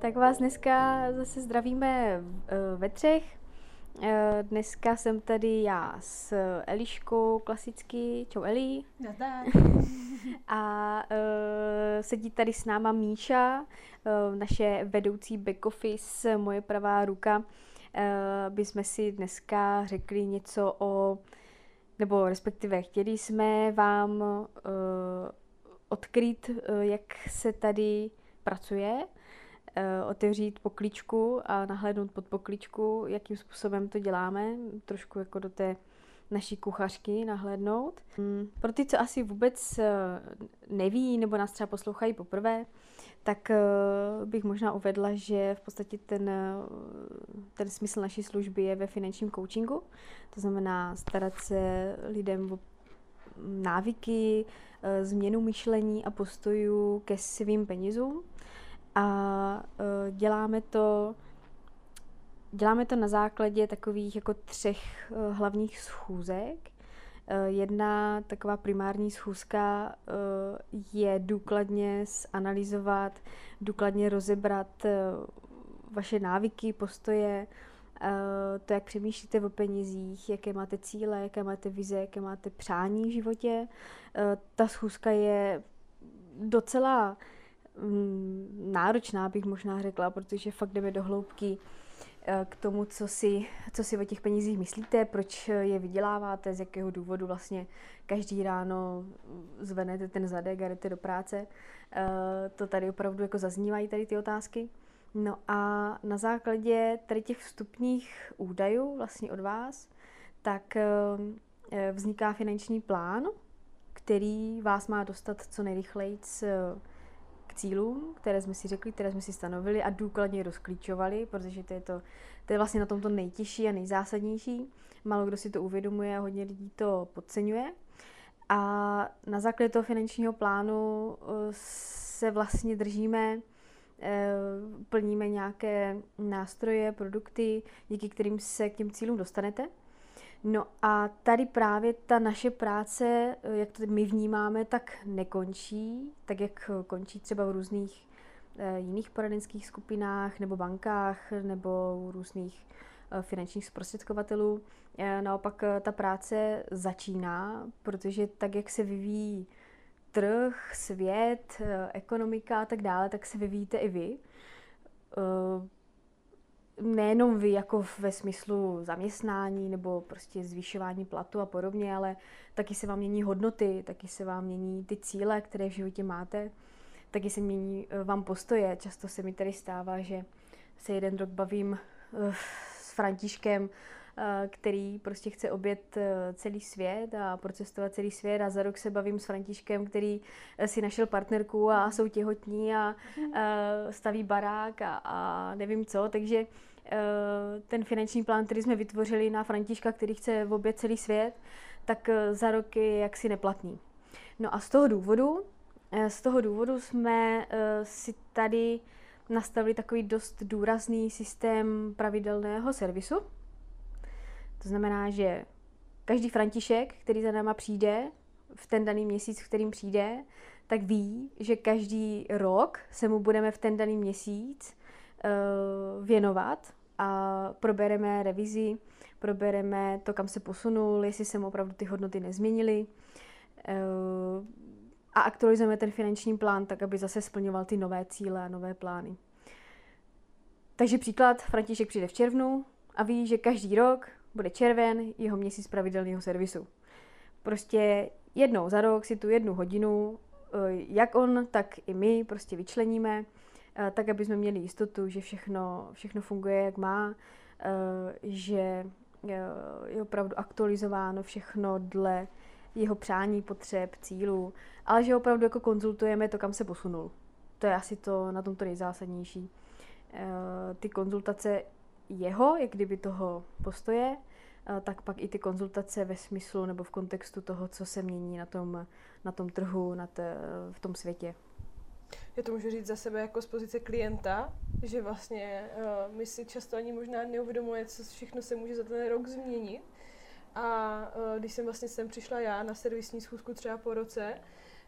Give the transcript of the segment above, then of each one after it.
Tak vás dneska zase zdravíme ve třech. Dneska jsem tady já s Eliškou klasicky. Čau Eli. Nazdar. A sedí tady s náma Míša, naše vedoucí back office, moje pravá ruka. Bychom si dneska řekli něco nebo respektive chtěli jsme vám odkrýt, jak se tady pracuje, otevřít pokličku a nahlédnout pod pokličku, jakým způsobem to děláme, trošku jako do té naší kuchařky nahlédnout. Pro ty, co asi vůbec neví nebo nás třeba poslouchají poprvé, tak bych možná uvedla, že v podstatě ten smysl naší služby je ve finančním coachingu. To znamená starat se lidem o návyky, změnu myšlení a postojů ke svým penězům. A děláme to na základě takových jako 3 hlavních schůzek. Jedna taková primární schůzka je důkladně zanalyzovat, důkladně rozebrat vaše návyky, postoje, to, jak přemýšlíte o penězích, jaké máte cíle, jaké máte vize, jaké máte přání v životě. Ta schůzka je docela náročná, bych možná řekla, protože fakt jdeme do hloubky k tomu, co si o těch penězích myslíte, proč je vyděláváte, z jakého důvodu vlastně každý ráno zvednete ten zadek a jdete do práce. To tady opravdu jako zaznívají tady ty otázky. No a na základě tady těch vstupních údajů vlastně od vás, tak vzniká finanční plán, který vás má dostat co nejrychleji k cílům, které jsme si řekli, které jsme si stanovili a důkladně rozklíčovali, protože to je vlastně na tom to nejtěžší a nejzásadnější. Málo kdo si to uvědomuje a hodně lidí to podceňuje. A na základě toho finančního plánu se vlastně držíme, plníme nějaké nástroje, produkty, díky kterým se k těm cílům dostanete. No a tady právě ta naše práce, jak to my vnímáme, tak nekončí, tak jak končí třeba v různých jiných poradenských skupinách nebo bankách nebo u různých finančních zprostředkovatelů. Naopak ta práce začíná, protože tak, jak se vyvíjí trh, svět, ekonomika a tak dále, tak se vyvíjíte i vy. Nejenom vy jako ve smyslu zaměstnání nebo prostě zvyšování platu a podobně, ale taky se vám mění hodnoty, taky se vám mění ty cíle, které v životě máte, taky se mění vám postoje. Často se mi tady stává, že se jeden rok bavím s Františkem, který prostě chce objet celý svět a procestovat celý svět, a za rok se bavím s Františkem, který si našel partnerku a jsou těhotní a staví barák a nevím co, takže ten finanční plán, který jsme vytvořili na Františka, který chce objet celý svět, tak za rok je jaksi neplatný. No a z toho důvodu jsme si tady nastavili takový dost důrazný systém pravidelného servisu. To znamená, že každý František, který za náma přijde, v ten daný měsíc, v kterým přijde, tak ví, že každý rok se mu budeme v ten daný měsíc věnovat a probereme revizi, probereme to, kam se posunul, jestli se mu opravdu ty hodnoty nezměnily a aktualizujeme ten finanční plán tak, aby zase splňoval ty nové cíle a nové plány. Takže příklad, František přijde v červnu a ví, že každý rok bude červen, jeho měsíc pravidelného servisu. Prostě jednou za rok si tu 1 hodinu, jak on, tak i my prostě vyčleníme, tak, aby jsme měli jistotu, že všechno funguje, jak má, že je opravdu aktualizováno všechno dle jeho přání, potřeb, cílů, ale že opravdu jako konzultujeme to, kam se posunul. To je asi to na tomto nejzásadnější. Ty konzultace jeho, jak kdyby toho postoje, tak pak i ty konzultace ve smyslu nebo v kontextu toho, co se mění na tom trhu, v tom světě. Já to můžu říct za sebe jako z pozice klienta, že vlastně my si často ani možná neuvědomujeme, co všechno se může za ten rok změnit. A když jsem vlastně sem přišla já na servisní schůzku třeba po roce,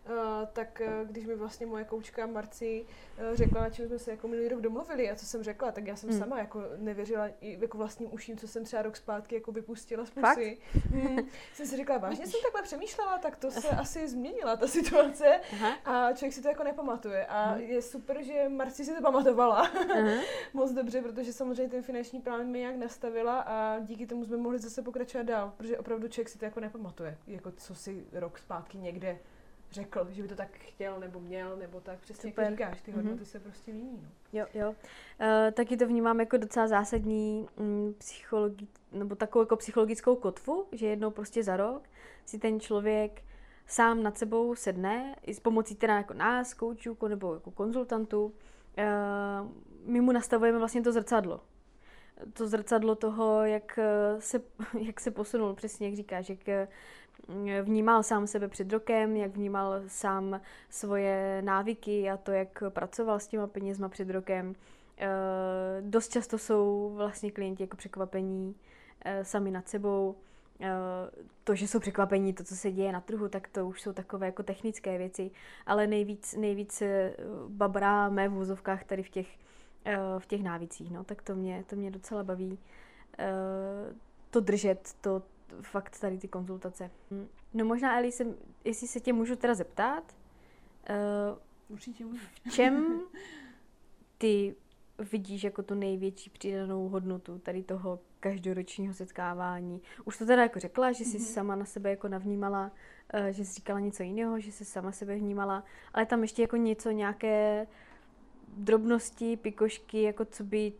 tak když mi vlastně moje koučka Marci řekla, na čem jsme se jako minulý rok domluvili a co jsem řekla, tak já jsem sama jako nevěřila jako vlastním uším, co jsem třeba rok zpátky jako vypustila z pusy. Jsem si říkala, vážně jsem takhle přemýšlela, tak to se asi změnila ta situace. A člověk si to jako nepamatuje. A je super, že Marci si to pamatovala moc dobře, protože samozřejmě ten finanční plán mi nějak nastavila a díky tomu jsme mohli zase pokračovat dál, protože opravdu člověk si to jako nepamatuje, jako co si rok zpátky někde řekl, že by to tak chtěl nebo měl, nebo tak přesně jak říkáš, ty hodnoty se prostě mění. No. Jo. Taky to vnímám jako docela zásadní nebo takovou jako psychologickou kotvu, že jednou prostě za rok si ten člověk sám nad sebou sedne, i s pomocí teda jako nás, koučů nebo jako konzultantů, my mu nastavujeme vlastně to zrcadlo. To zrcadlo toho, jak se posunul, přesně jak říkáš, jak vnímal sám sebe před rokem, jak vnímal sám svoje návyky a to, jak pracoval s těma penězma před rokem. Dost často jsou vlastně klienti jako překvapení sami nad sebou. To, že jsou překvapení, to, co se děje na trhu, tak to už jsou takové jako technické věci, ale nejvíc babráme v vozovkách tady v těch návycích, no, tak to mě docela baví to držet, to fakt tady ty konzultace. No možná, Eli, jestli se tě můžu teda zeptat, určitě můžu. V čem ty vidíš jako tu největší přidanou hodnotu tady toho každoročního setkávání? Už to teda jako řekla, že jsi sama na sebe jako navnímala, že jsi říkala něco jiného, že jsi sama sebe vnímala, ale tam ještě jako něco, nějaké drobnosti, pikošky, jako co by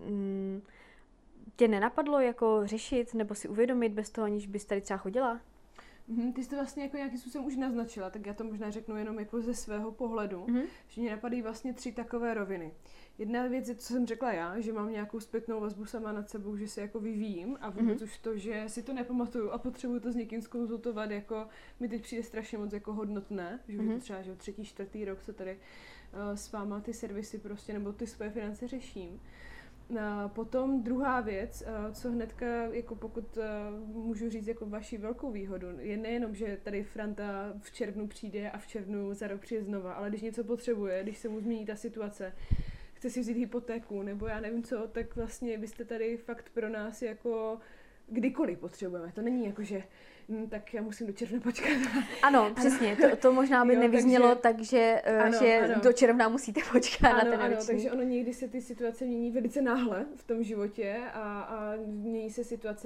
tě nenapadlo jako řešit nebo si uvědomit bez toho, aniž bys tady třeba chodila? Ty jsi to vlastně jako nějakým způsobem už naznačila, tak já to možná řeknu jenom jako ze svého pohledu, že mě napadají vlastně 3 takové roviny. Jedna věc je, co jsem řekla já, že mám nějakou zpětnou vazbu sama nad sebou, že se jako vyvíjím a vůbec už to, že si to nepamatuju a potřebuju to s někým zkonzultovat, jako mi teď přijde strašně moc jako hodnotné, že už je to třeba že 3., 4. rok, co tady s váma ty servisy prostě nebo ty svoje finance řeším. Potom druhá věc, co hnedka, jako pokud můžu říct jako vaši velkou výhodu, je nejenom, že tady Franta v červnu přijde a v červnu za rok přijde znova, ale když něco potřebuje, když se mu změní ta situace, chce si vzít hypotéku nebo já nevím co, tak vlastně vy jste tady fakt pro nás jako kdykoliv potřebujeme. To není jako, že tak já musím do června počkat. Ano, přesně. To možná by nevyznělo takže že do června musíte počkat na ten ročník. Takže ono někdy se ty situace mění velice náhle v tom životě a mění se situace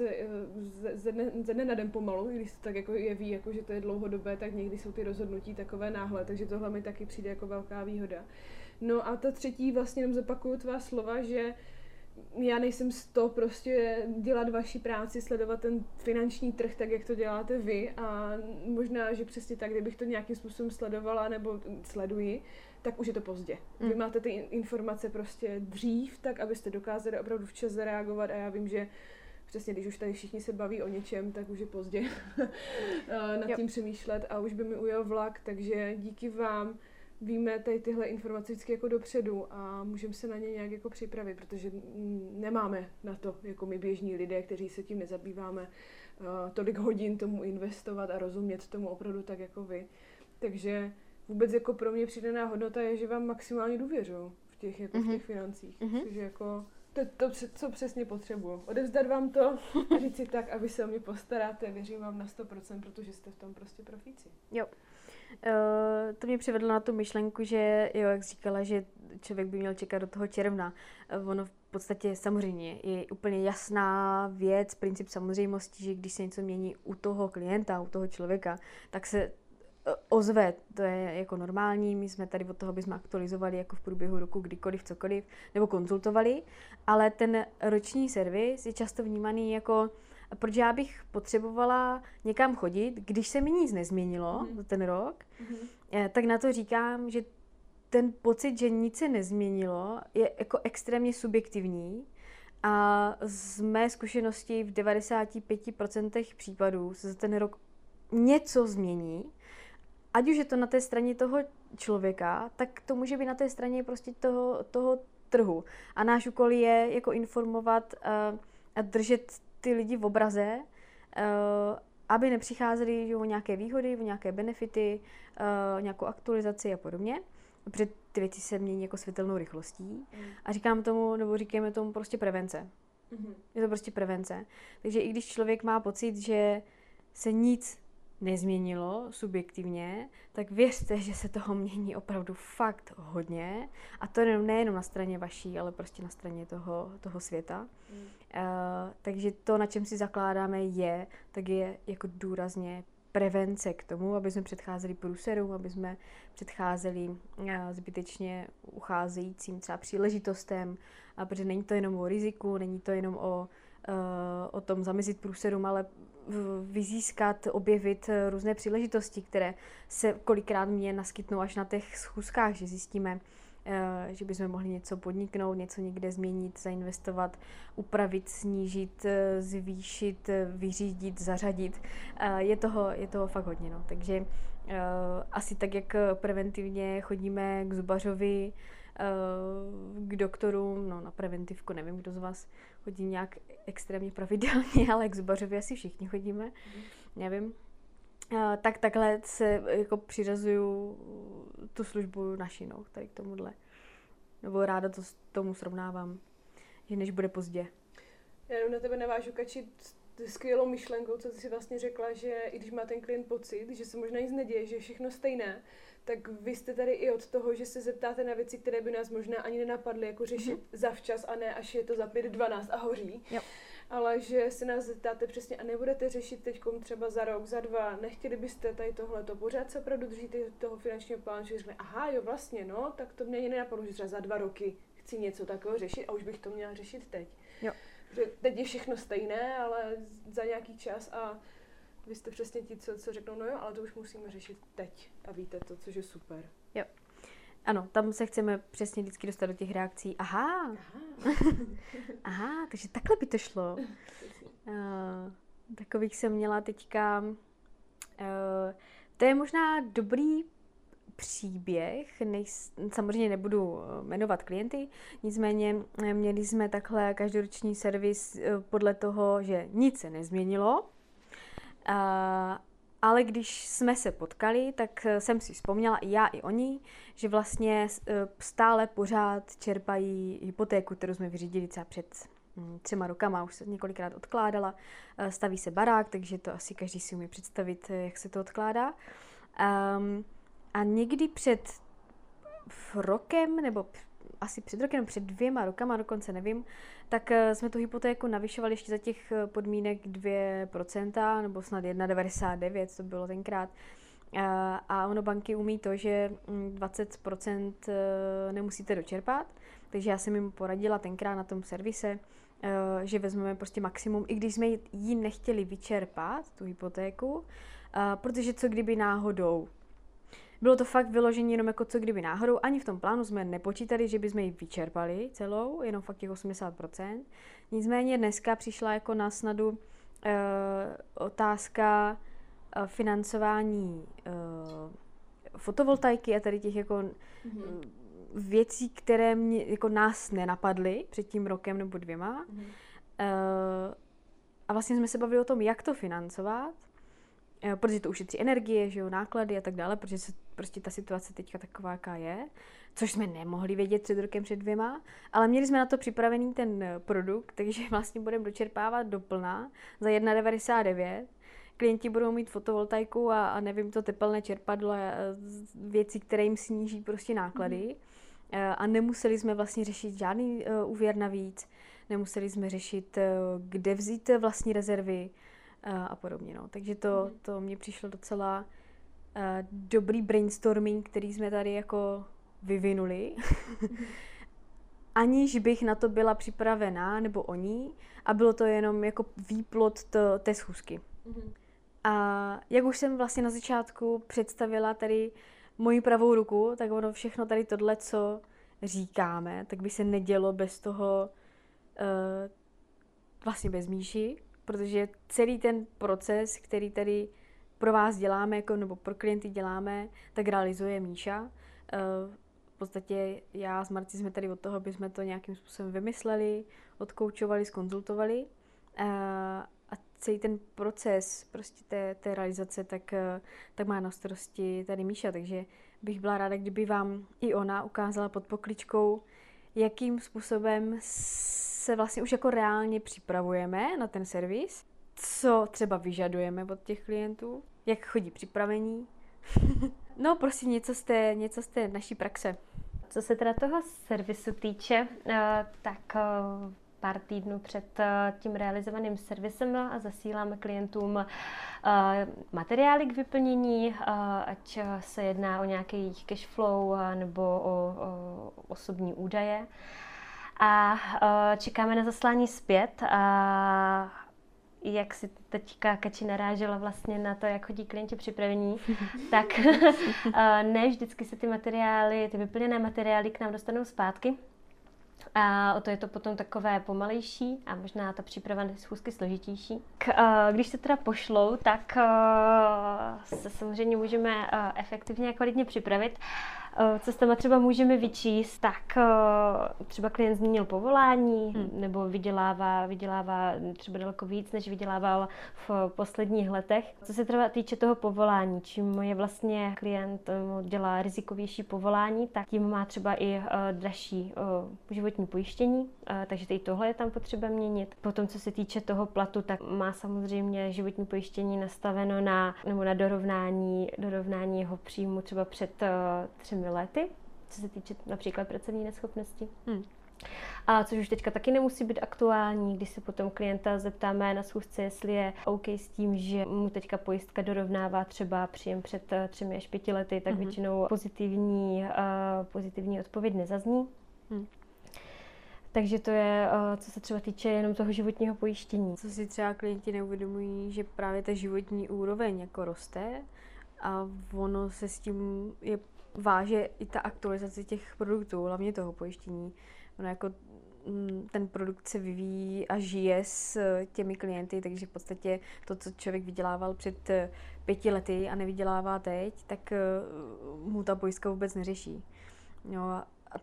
ze dne na den pomalu, když se tak jako jeví, jako, že to je dlouhodobé, tak někdy jsou ty rozhodnutí takové náhle, takže tohle mi taky přijde jako velká výhoda. No a ta třetí, vlastně jenom zopakuju tvá slova, že já nejsem z toho prostě dělat vaši práci, sledovat ten finanční trh tak, jak to děláte vy a možná, že přesně tak, kdybych to nějakým způsobem sledovala nebo sleduji, tak už je to pozdě. Vy máte ty informace prostě dřív, tak abyste dokázali opravdu včas zareagovat a já vím, že přesně, když už tady všichni se baví o něčem, tak už je pozdě nad tím přemýšlet a už by mi ujel vlak, takže díky vám víme tady tyhle informace vždycky jako dopředu a můžeme se na ně nějak jako připravit, protože nemáme na to, jako my běžní lidé, kteří se tím nezabýváme, tolik hodin tomu investovat a rozumět tomu opravdu tak jako vy. Takže vůbec jako pro mě přidaná hodnota je, že vám maximálně důvěřuju v těch financích. Takže jako to, co přesně potřebuju. Odevzdat vám to a říct si tak, aby se o mě postaráte. Věřím vám na 100%, protože jste v tom prostě profíci. Jo. To mě přivedlo na tu myšlenku, že jo, jak jsi říkala, že člověk by měl čekat do toho června. Ono v podstatě samozřejmě je úplně jasná věc, princip samozřejmosti, že když se něco mění u toho klienta, u toho člověka, tak se ozve, to je jako normální, my jsme tady od toho, aby jsme aktualizovali jako v průběhu roku kdykoliv, cokoliv, nebo konzultovali, ale ten roční servis je často vnímaný jako proč já bych potřebovala někam chodit, když se mi nic nezměnilo za ten rok, tak na to říkám, že ten pocit, že nic se nezměnilo, je jako extrémně subjektivní a z mé zkušenosti v 95% případů se za ten rok něco změní, ať už je to na té straně toho člověka, tak to může být na té straně prostě toho trhu. A náš úkol je jako informovat a držet ty lidi v obraze aby nepřicházeli o nějaké výhody, o nějaké benefity, nějakou aktualizaci a podobně. Protože ty věci se mění jako světelnou rychlostí. A říkáme tomu prostě prevence. Je to prostě prevence. Takže i když člověk má pocit, že se nic nezměnilo subjektivně, tak věřte, že se toho mění opravdu fakt hodně. A to nejenom na straně vaší, ale prostě na straně toho světa. Takže to, na čem si zakládáme, je jako důrazně prevence k tomu, aby jsme předcházeli průserům, aby jsme předcházeli zbytečně ucházejícím třeba příležitostem, protože není to jenom o riziku, není to jenom o tom zamezit průserům, ale vyzískat, objevit různé příležitosti, které se kolikrát mě naskytnou až na těch schůzkách, že zjistíme, že bychom mohli něco podniknout, něco někde změnit, zainvestovat, upravit, snížit, zvýšit, vyřídit, zařadit. Je toho fakt hodně. No. Takže asi tak, jak preventivně chodíme k zubařovi, k doktorům, no na preventivku nevím, kdo z vás chodí nějak extrémně pravidelně, ale k zubařovi asi všichni chodíme, nevím. Tak takhle se jako přiřazuju tu službu naši, no, tady k tomuhle. Nebo ráda to s tomu srovnávám, že než bude pozdě. Já jenom na tebe navážu, Kači, skvělou myšlenkou, co ty si vlastně řekla, že i když má ten klient pocit, že se možná nic neděje, že je všechno stejné, tak vy jste tady i od toho, že se zeptáte na věci, které by nás možná ani nenapadly, jako řešit zavčas a ne až je to za 5:12 a hoří. Jo. Ale že se nás zeptáte přesně a nebudete řešit teďkom třeba za rok, za 2, nechtěli byste tady tohleto, pořád se opravdu držíte toho finančního plánu, že řekne, aha, jo, vlastně, no, tak to mě ani nenapadlo, že třeba za 2 roky chci něco takového řešit a už bych to měla řešit teď. Jo. Že teď je všechno stejné, ale za nějaký čas a vy jste přesně ti, co řeknou, no jo, ale to už musíme řešit teď a víte to, což je super. Jo. Ano, tam se chceme přesně vždycky dostat do těch reakcí. Aha, takže takhle by to šlo. Takových jsem měla teďka. To je možná dobrý příběh, samozřejmě nebudu jmenovat klienty, nicméně měli jsme takhle každoroční servis podle toho, že nic se nezměnilo, ale když jsme se potkali, tak jsem si vzpomněla i já, i oni, že vlastně stále pořád čerpají hypotéku, kterou jsme vyřídili třeba před 3 rokama, už se několikrát odkládala, staví se barák, takže to asi každý si umí představit, jak se to odkládá. A někdy před rokem, nebo asi před rokem, před 2 rokama, dokonce nevím, tak jsme tu hypotéku navyšovali ještě za těch podmínek 2%, nebo snad 1,99, to bylo tenkrát. A ono banky umí to, že 20% nemusíte dočerpat, takže já jsem jim poradila tenkrát na tom servise, že vezmeme prostě maximum, i když jsme ji nechtěli vyčerpat, tu hypotéku, protože co kdyby náhodou. Bylo to fakt vyložení jenom jako co kdyby náhodou, ani v tom plánu jsme nepočítali, že bychom ji vyčerpali celou, jenom fakt těch 80%. Nicméně dneska přišla jako na snadu otázka financování fotovoltaiky a tady těch jako věcí, které mě, jako nás nenapadly před tím rokem nebo 2. A vlastně jsme se bavili o tom, jak to financovat, protože to ušetří energie, že jo, náklady a tak dále, protože prostě ta situace teďka taková, jaká je, což jsme nemohli vědět před rokem, před 2, ale měli jsme na to připravený ten produkt, takže vlastně budeme dočerpávat doplna za 1,99. Klienti budou mít fotovoltaiku a nevím, to tepelné čerpadlo a věci, které jim sníží prostě náklady. A nemuseli jsme vlastně řešit žádný úvěr navíc, nemuseli jsme řešit, kde vzít vlastní rezervy a podobně. No. Takže to mně přišlo docela dobrý brainstorming, který jsme tady jako vyvinuli. Aniž bych na to byla připravená, nebo oni, a bylo to jenom jako výplod té schůzky. A jak už jsem vlastně na začátku představila tady moji pravou ruku, tak ono všechno tady tohle, co říkáme, tak by se nedělo bez toho, vlastně bez Míši, protože celý ten proces, který tady pro vás děláme, jako, nebo pro klienty děláme, tak realizuje Míša. V podstatě já s Marcí jsme tady od toho, aby jsme to nějakým způsobem vymysleli, odkoučovali, zkonzultovali. a celý ten proces prostě té realizace, tak má na starosti tady Míša, takže bych byla ráda, kdyby vám i ona ukázala pod pokličkou, jakým způsobem se vlastně už jako reálně připravujeme na ten servis, co třeba vyžadujeme od těch klientů, jak chodí připravení. No prostě něco z té naší praxe. Co se teda toho servisu týče, tak pár týdnů před tím realizovaným servisem zasíláme klientům materiály k vyplnění, ať se jedná o nějaký jejich cash flow nebo o osobní údaje. A čekáme na zaslání zpět. A jak si teďka Kači narážela vlastně na to, jak chodí klienti připravení, tak ne vždycky se ty vyplněné materiály k nám dostanou zpátky. A o to je to potom takové pomalejší a možná ta příprava na schůzky složitější. Když se teda pošlou, tak se samozřejmě můžeme efektivně a kvalitně připravit. Co s tam třeba můžeme vyčíst, tak třeba klient změnil povolání nebo vydělává třeba daleko víc, než vydělával v posledních letech. Co se třeba týče toho povolání, čím je vlastně klient dělá rizikovější povolání, tak tím má třeba i dražší životní pojištění, takže i tohle je tam potřeba měnit. Potom, co se týče toho platu, tak má samozřejmě životní pojištění nastaveno na dorovnání jeho příjmu třeba před 3 lety, co se týče například pracovní neschopnosti. A což už teďka taky nemusí být aktuální, když se potom klienta zeptáme na schůzce, jestli je OK s tím, že mu teďka pojistka dorovnává třeba příjem před 3 až 5 lety, tak většinou pozitivní odpověď nezazní. Takže to je, co se třeba týče jenom toho životního pojištění. Co si třeba klienti neuvědomují, že právě ta životní úroveň jako roste a ono se s tím váže i ta aktualizace těch produktů, hlavně toho pojištění. Ono jako ten produkt se vyvíjí a žije s těmi klienty, takže v podstatě to, co člověk vydělával před 5 lety a nevydělává teď, tak mu ta pojistka vůbec neřeší. No a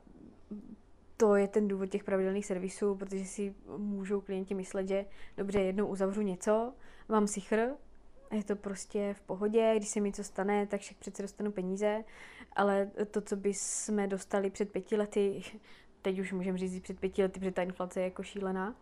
to je ten důvod těch pravidelných servisů, protože si můžou klienti myslet, že dobře, jednou uzavřu něco, mám sichr, je to prostě v pohodě, když se mi něco stane, tak však přece dostanu peníze, ale to, co bychom dostali před 5 lety, teď už můžeme říct před 5 lety, protože ta inflace je jako šílená,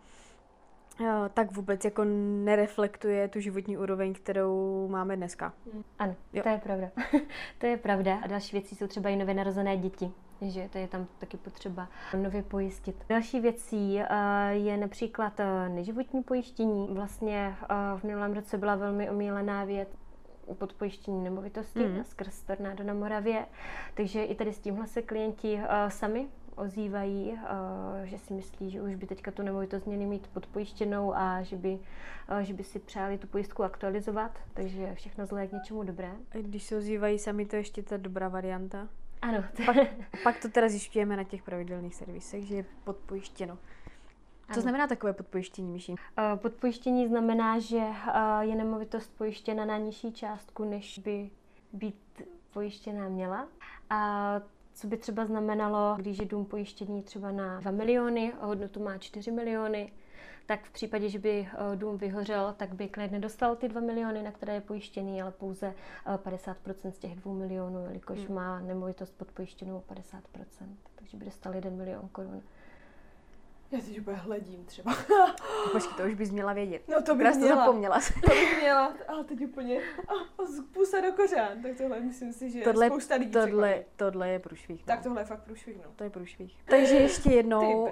tak vůbec jako nereflektuje tu životní úroveň, kterou máme dneska. Ano, jo. To je pravda. To je pravda. A další věcí jsou třeba i nově narozené děti, že to je tam taky potřeba nově pojistit. Další věcí je například neživotní pojištění. Vlastně v minulém roce byla velmi omílená věc podpojištění nemovitosti skrz tornádo na Moravě. Takže i tady s tímhle se klienti sami ozývají, že si myslí, že už by teďka tu nemovitost měli mít podpojištěnou a že by si přáli tu pojistku aktualizovat, takže všechno zlé k něčemu dobré. A když se ozývají sami, to je ještě ta dobrá varianta. Ano. Pak to teda zjišťujeme na těch pravidelných servisech, že je podpojištěno. Co znamená takové podpojištění, Míši? Podpojištění znamená, že je nemovitost pojištěna na nižší částku, než by být pojištěná měla. A co by třeba znamenalo, když je dům pojištění třeba na 2 miliony a hodnotu má 4 miliony, tak v případě, že by dům vyhořel, tak by klient nedostal ty 2 miliony, na které je pojištěný, ale pouze 50% z těch 2 milionů, jelikož má nemovitost podpojištěnou 50%, takže by dostal 1 milion korun. Já teď úplně hledím třeba. Počkej, to už bys měla vědět. No to bych měla. Zapomněla. To bych měla, ale teď úplně pusa do kořán. Tak tohle myslím si, že spousta lidí tohle je průšvih. No. Tak tohle je fakt průšvih, no. To je průšvih. Takže ještě jednou,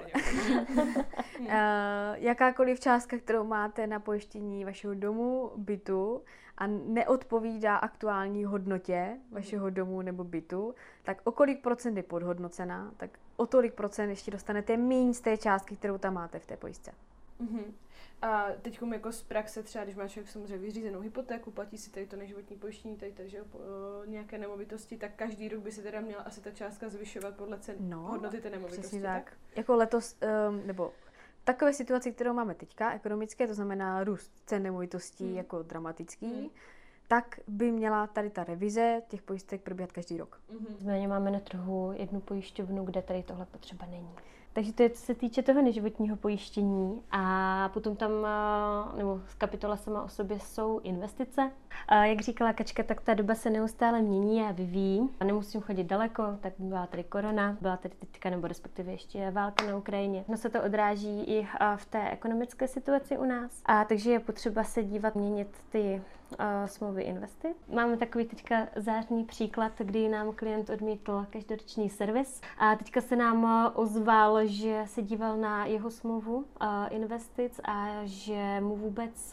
jakákoliv částka, kterou máte na pojištění vašeho domu, bytu a neodpovídá aktuální hodnotě vašeho domu nebo bytu, tak o kolik procent je podhodnocená, tak o tolik procent ještě dostanete míň z té částky, kterou tam máte v té pojistce. A teď jako z praxe třeba, když má člověk samozřejmě vyřízenou hypotéku, platí si tady to neživotní pojištění, tady takže nějaké nemovitosti, tak každý rok by se teda měla asi ta částka zvyšovat podle hodnoty té nemovitosti. Přesně tak. Jako letos, nebo takové situaci, kterou máme teďka, ekonomické, to znamená růst cen nemovitostí jako dramatický, tak by měla tady ta revize těch pojistek probíhat každý rok. Nicméně máme na trhu jednu pojišťovnu, kde tady tohle potřeba není. Takže to je, co se týče toho neživotního pojištění. A potom tam, nebo kapitola sama o sobě jsou investice. Jak říkala Kačka, tak ta doba se neustále mění a vyvíjí. Nemusím chodit daleko, tak byla tady korona, byla tady teďka, nebo respektive ještě válka na Ukrajině. No se to odráží i v té ekonomické situaci u nás. A takže je potřeba se dívat, měnit ty smlouvy investic. Máme takový teďka zářný příklad, kdy nám klient odmítl každoroční servis a teďka se nám ozval, že se díval na jeho smlouvu investic a že mu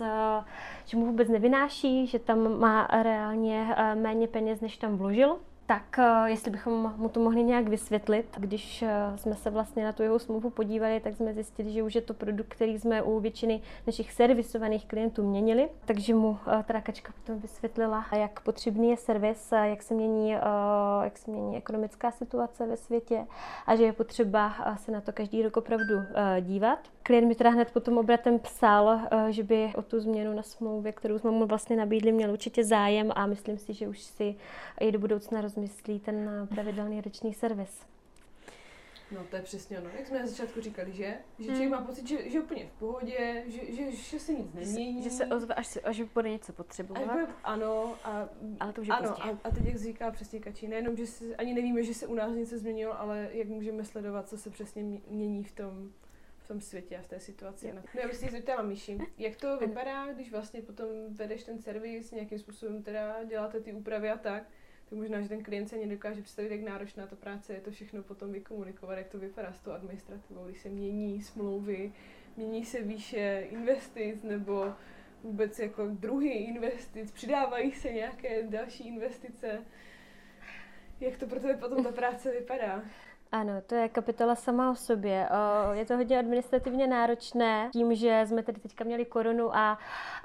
vůbec nevynáší, že tam má reálně méně peněz, než tam vložil. Tak jestli bychom mu to mohli nějak vysvětlit, když jsme se vlastně na tu jeho smlouvu podívali, tak jsme zjistili, že už je to produkt, který jsme u většiny našich servisovaných klientů měnili. Takže mu teda Kačka potom vysvětlila, jak potřebný je servis, jak se mění ekonomická situace ve světě a že je potřeba se na to každý rok opravdu dívat. Klient mi teda hned potom obratem psal, že by o tu změnu na smlouvě, kterou jsme mu vlastně nabídli, měl určitě zájem a myslím si, že už si i do budoucna rozmyslí ten pravidelný roční servis. No to je přesně ono, jak jsme na začátku říkali, že člověk má pocit, že je úplně v pohodě, že se nic nemění. Že se ozve, až bude něco potřebovat. Ano, ale to už je pozdě. A teď jak říká přesně Kačí, nejenom, že ani nevíme, že se u nás něco změnilo, ale jak můžeme sledovat, co se přesně mění v tom světě a v té situaci. No, já bych si zeptala Míši, jak to vypadá, když vlastně potom vedeš ten servis, nějakým způsobem teda děláte ty úpravy a tak možná, že ten klient se ani dokáže představit, jak náročná ta práce je to všechno potom vykomunikovat, jak to vypadá s tou administrativou, když se mění smlouvy, mění se výše investic nebo vůbec jako druhy investic, přidávají se nějaké další investice. Jak to pro tebe potom ta práce vypadá? Ano, to je kapitola sama o sobě. Je to hodně administrativně náročné, tím, že jsme tedy teďka měli koronu a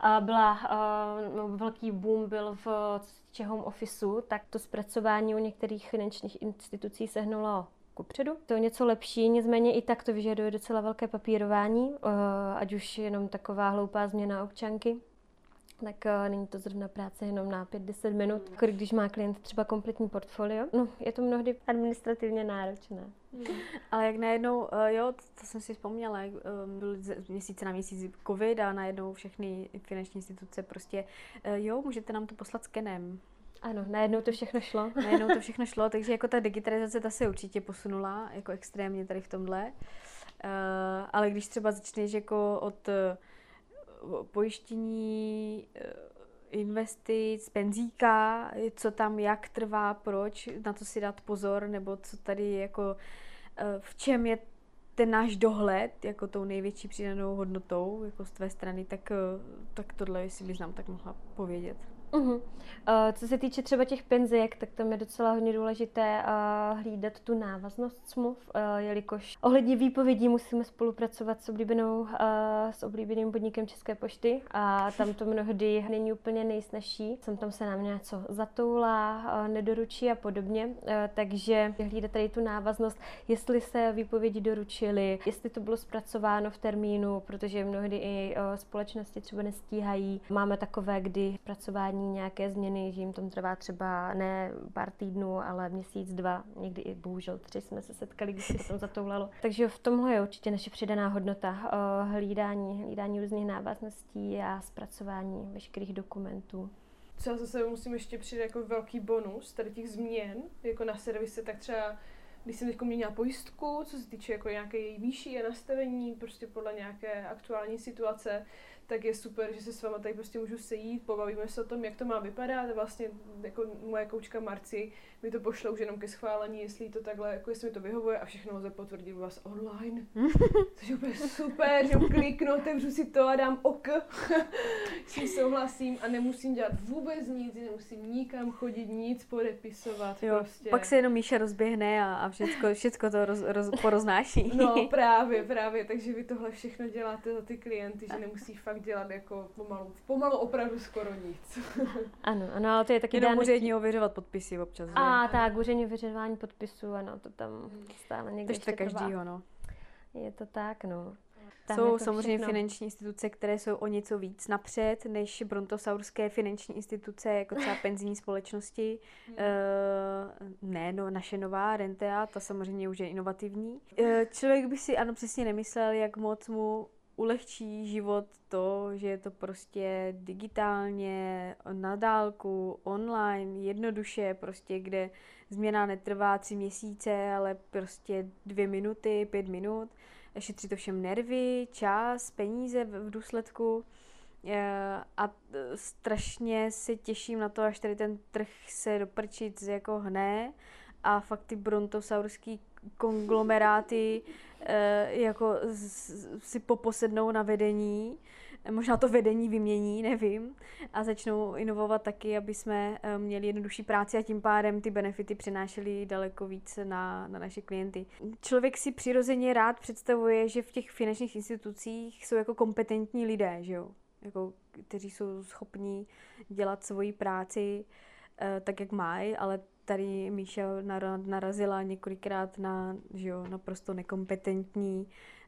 velký boom byl v home officeu, tak to zpracování u některých finančních institucí sehnulo kupředu. To je něco lepší, nicméně i tak to vyžaduje docela velké papírování, ať už jenom taková hloupá změna občanky. Tak není to zrovna práce jenom na 5-10 minut, když má klient třeba kompletní portfolio. No, je to mnohdy administrativně náročné. Ale jak najednou, to jsem si vzpomněla, byl z měsíce na měsíc covid a najednou všechny finanční instituce prostě, můžete nám to poslat skenem. Ano, najednou to všechno šlo. Takže jako ta digitalizace ta se určitě posunula jako extrémně tady v tomhle. Ale když třeba začneš jako od pojištění, investic, penzíka, co tam jak trvá, proč, na to si dát pozor, nebo co tady jako, v čem je ten náš dohled, jako tou největší přidanou hodnotou, jako z tvé strany, tak tohle, jestli bys nám tak mohla povědět. Co se týče třeba těch penzijek, tak tam je docela hodně důležité hlídat tu návaznost smluv, jelikož ohledně výpovědí musíme spolupracovat s oblíbeným podnikem České pošty a tam to mnohdy není úplně nejsnažší. Tam se nám něco zatoulá, nedoručí a podobně, takže hlídat tady tu návaznost, jestli se výpovědi doručily, jestli to bylo zpracováno v termínu, protože mnohdy i společnosti třeba nestíhají. Máme takové, kdy zpracování nějaké změny, že jim tam trvá třeba ne pár týdnů, ale měsíc, 2, někdy i bohužel 3 jsme se setkali, když se to tam zatoulalo. Takže v tomhle je určitě naše přidaná hodnota, hlídání různých návazností a zpracování veškerých dokumentů. Co já zase musím ještě přidat jako velký bonus tady těch změn, jako na servise, tak třeba když jsem teď měnila pojistku, co se týče jako nějaké její výši a nastavení, prostě podle nějaké aktuální situace, tak je super, že se s váma tady prostě můžu sejít, pobavíme se o tom, jak to má vypadat. Vlastně jako moje koučka Marci mi to pošle už jenom ke schválení, jestli to takhle, jako jestli mi to vyhovuje a všechno lze potvrdit u vás online. Což je úplně super, že kliknu, otevřu si to a dám ok, s tím souhlasím a nemusím dělat vůbec nic, nemusím nikam chodit, nic podepisovat. Jo, prostě. Pak se jenom Míša rozběhne a všecko to poroznáší. No právě, takže vy tohle všechno děláte za ty klienty, že nemusí fakt dělat jako pomalu opravdu skoro nic. Ano, ale to je taky jenom úředně ověřovat podpisy občas. Tak, úřední ověřování podpisů, ano, to tam stále někde ještě trvá. Každýho, no. Je to tak, no. Jsou samozřejmě finanční instituce, které jsou o něco víc napřed než brontosaurské finanční instituce, jako třeba penzijní společnosti. Naše nová Rentea, ta samozřejmě už je inovativní. Člověk by si přesně nemyslel, jak moc mu ulehčí život to, že je to prostě digitálně, na dálku, online, jednoduše, prostě kde změna netrvá 3 měsíce, ale prostě 2 minuty, 5 minut. Šetří to všem nervy, čas, peníze v důsledku. A strašně se těším na to, až tady ten trh se do prčic jako hne a fakt ty brontosaurský konglomeráty jako si poposednou na vedení, možná to vedení vymění, nevím, a začnou inovovat taky, aby jsme měli jednodušší práci a tím pádem ty benefity přinášely daleko víc na naše klienty. Člověk si přirozeně rád představuje, že v těch finančních institucích jsou jako kompetentní lidé, že jo? Jako, kteří jsou schopní dělat svoji práci tak, jak mají, ale tady Míša narazila několikrát na naprosto nekompetentní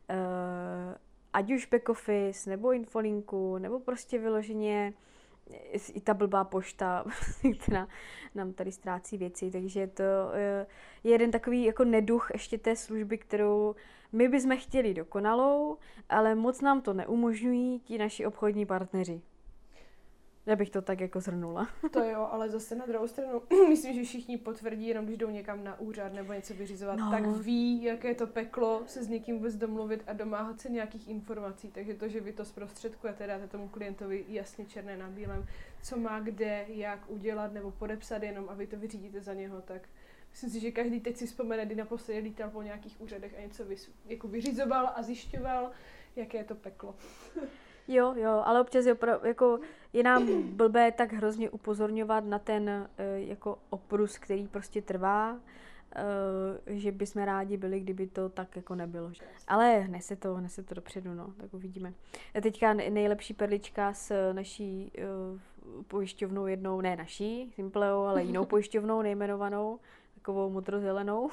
ať už back office, nebo infolinku, nebo prostě vyloženě i ta blbá pošta, která nám tady ztrácí věci, takže to je jeden takový jako neduch ještě té služby, kterou my bychom chtěli dokonalou, ale moc nám to neumožňují ti naši obchodní partneři. Já bych to tak jako shrnula. To jo, ale zase na druhou stranu, myslím, že všichni potvrdí, jenom když jdou někam na úřad nebo něco vyřizovat, tak ví, jaké je to peklo se s někým vůbec domluvit a domáhat se nějakých informací. Takže to, že vy to zprostředkujete, dáte tomu klientovi jasně černé na bílém, co má kde, jak udělat nebo podepsat jenom a vy to vyřídíte za něho, tak myslím si, že každý teď si vzpomene, kdy naposledy lítal po nějakých úřadech a něco jako vyřizoval a zjišťoval, jaké je to peklo. Jo, ale občas je nám blbé tak hrozně upozorňovat na ten jako oprus, který prostě trvá, že bychom rádi byli, kdyby to tak jako nebylo. Ale nese to dopředu, no, tak uvidíme. Teďka nejlepší perlička s naší pojišťovnou jednou, ne naší, Simpleo, ale jinou pojišťovnou nejmenovanou, takovou modrozelenou.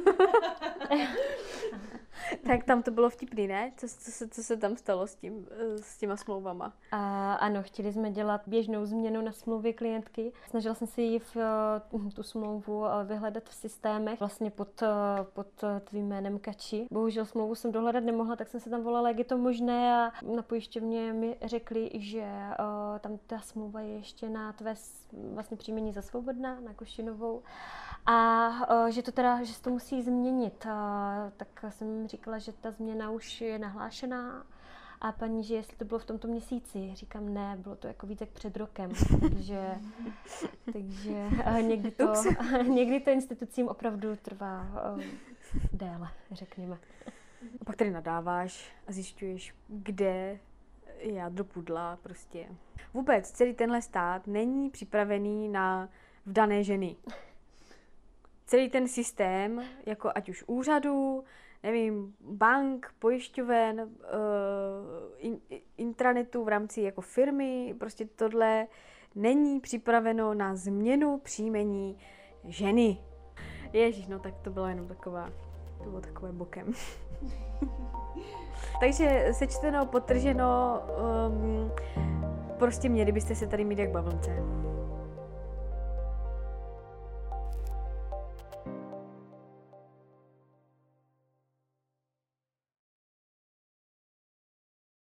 Tak tam to bylo vtipný, ne? Co se tam stalo s těma smlouvama? Ano, chtěli jsme dělat běžnou změnu na smlouvě klientky. Snažila jsem si ji tu smlouvu vyhledat v systémech, vlastně pod tvým jménem Kači. Bohužel smlouvu jsem dohledat nemohla, tak jsem se tam volala, jak je to možné a na pojišťovně mi řekli, že tam ta smlouva je ještě na tvé vlastně příjmení za Svobodná, na Košinovou. A že se to musí změnit. Tak jsem říkala, že ta změna už je nahlášená a paní, že jestli to bylo v tomto měsíci. Říkám, ne, bylo to jako víc jak před rokem. Takže někdy to institucím opravdu trvá déle, řekněme. A pak tady nadáváš a zjišťuješ, kde je jádro pudla prostě. Vůbec celý tenhle stát není připravený na vdané ženy. Celý ten systém, jako ať už úřadů, nevím, bank, pojišťoven, intranetu v rámci jako firmy, prostě tohle není připraveno na změnu příjmení ženy. Ježíš, no tak to bylo jenom takové bokem. Takže sečteno, podtrženo, prostě měli byste se tady mít jak bavlnce.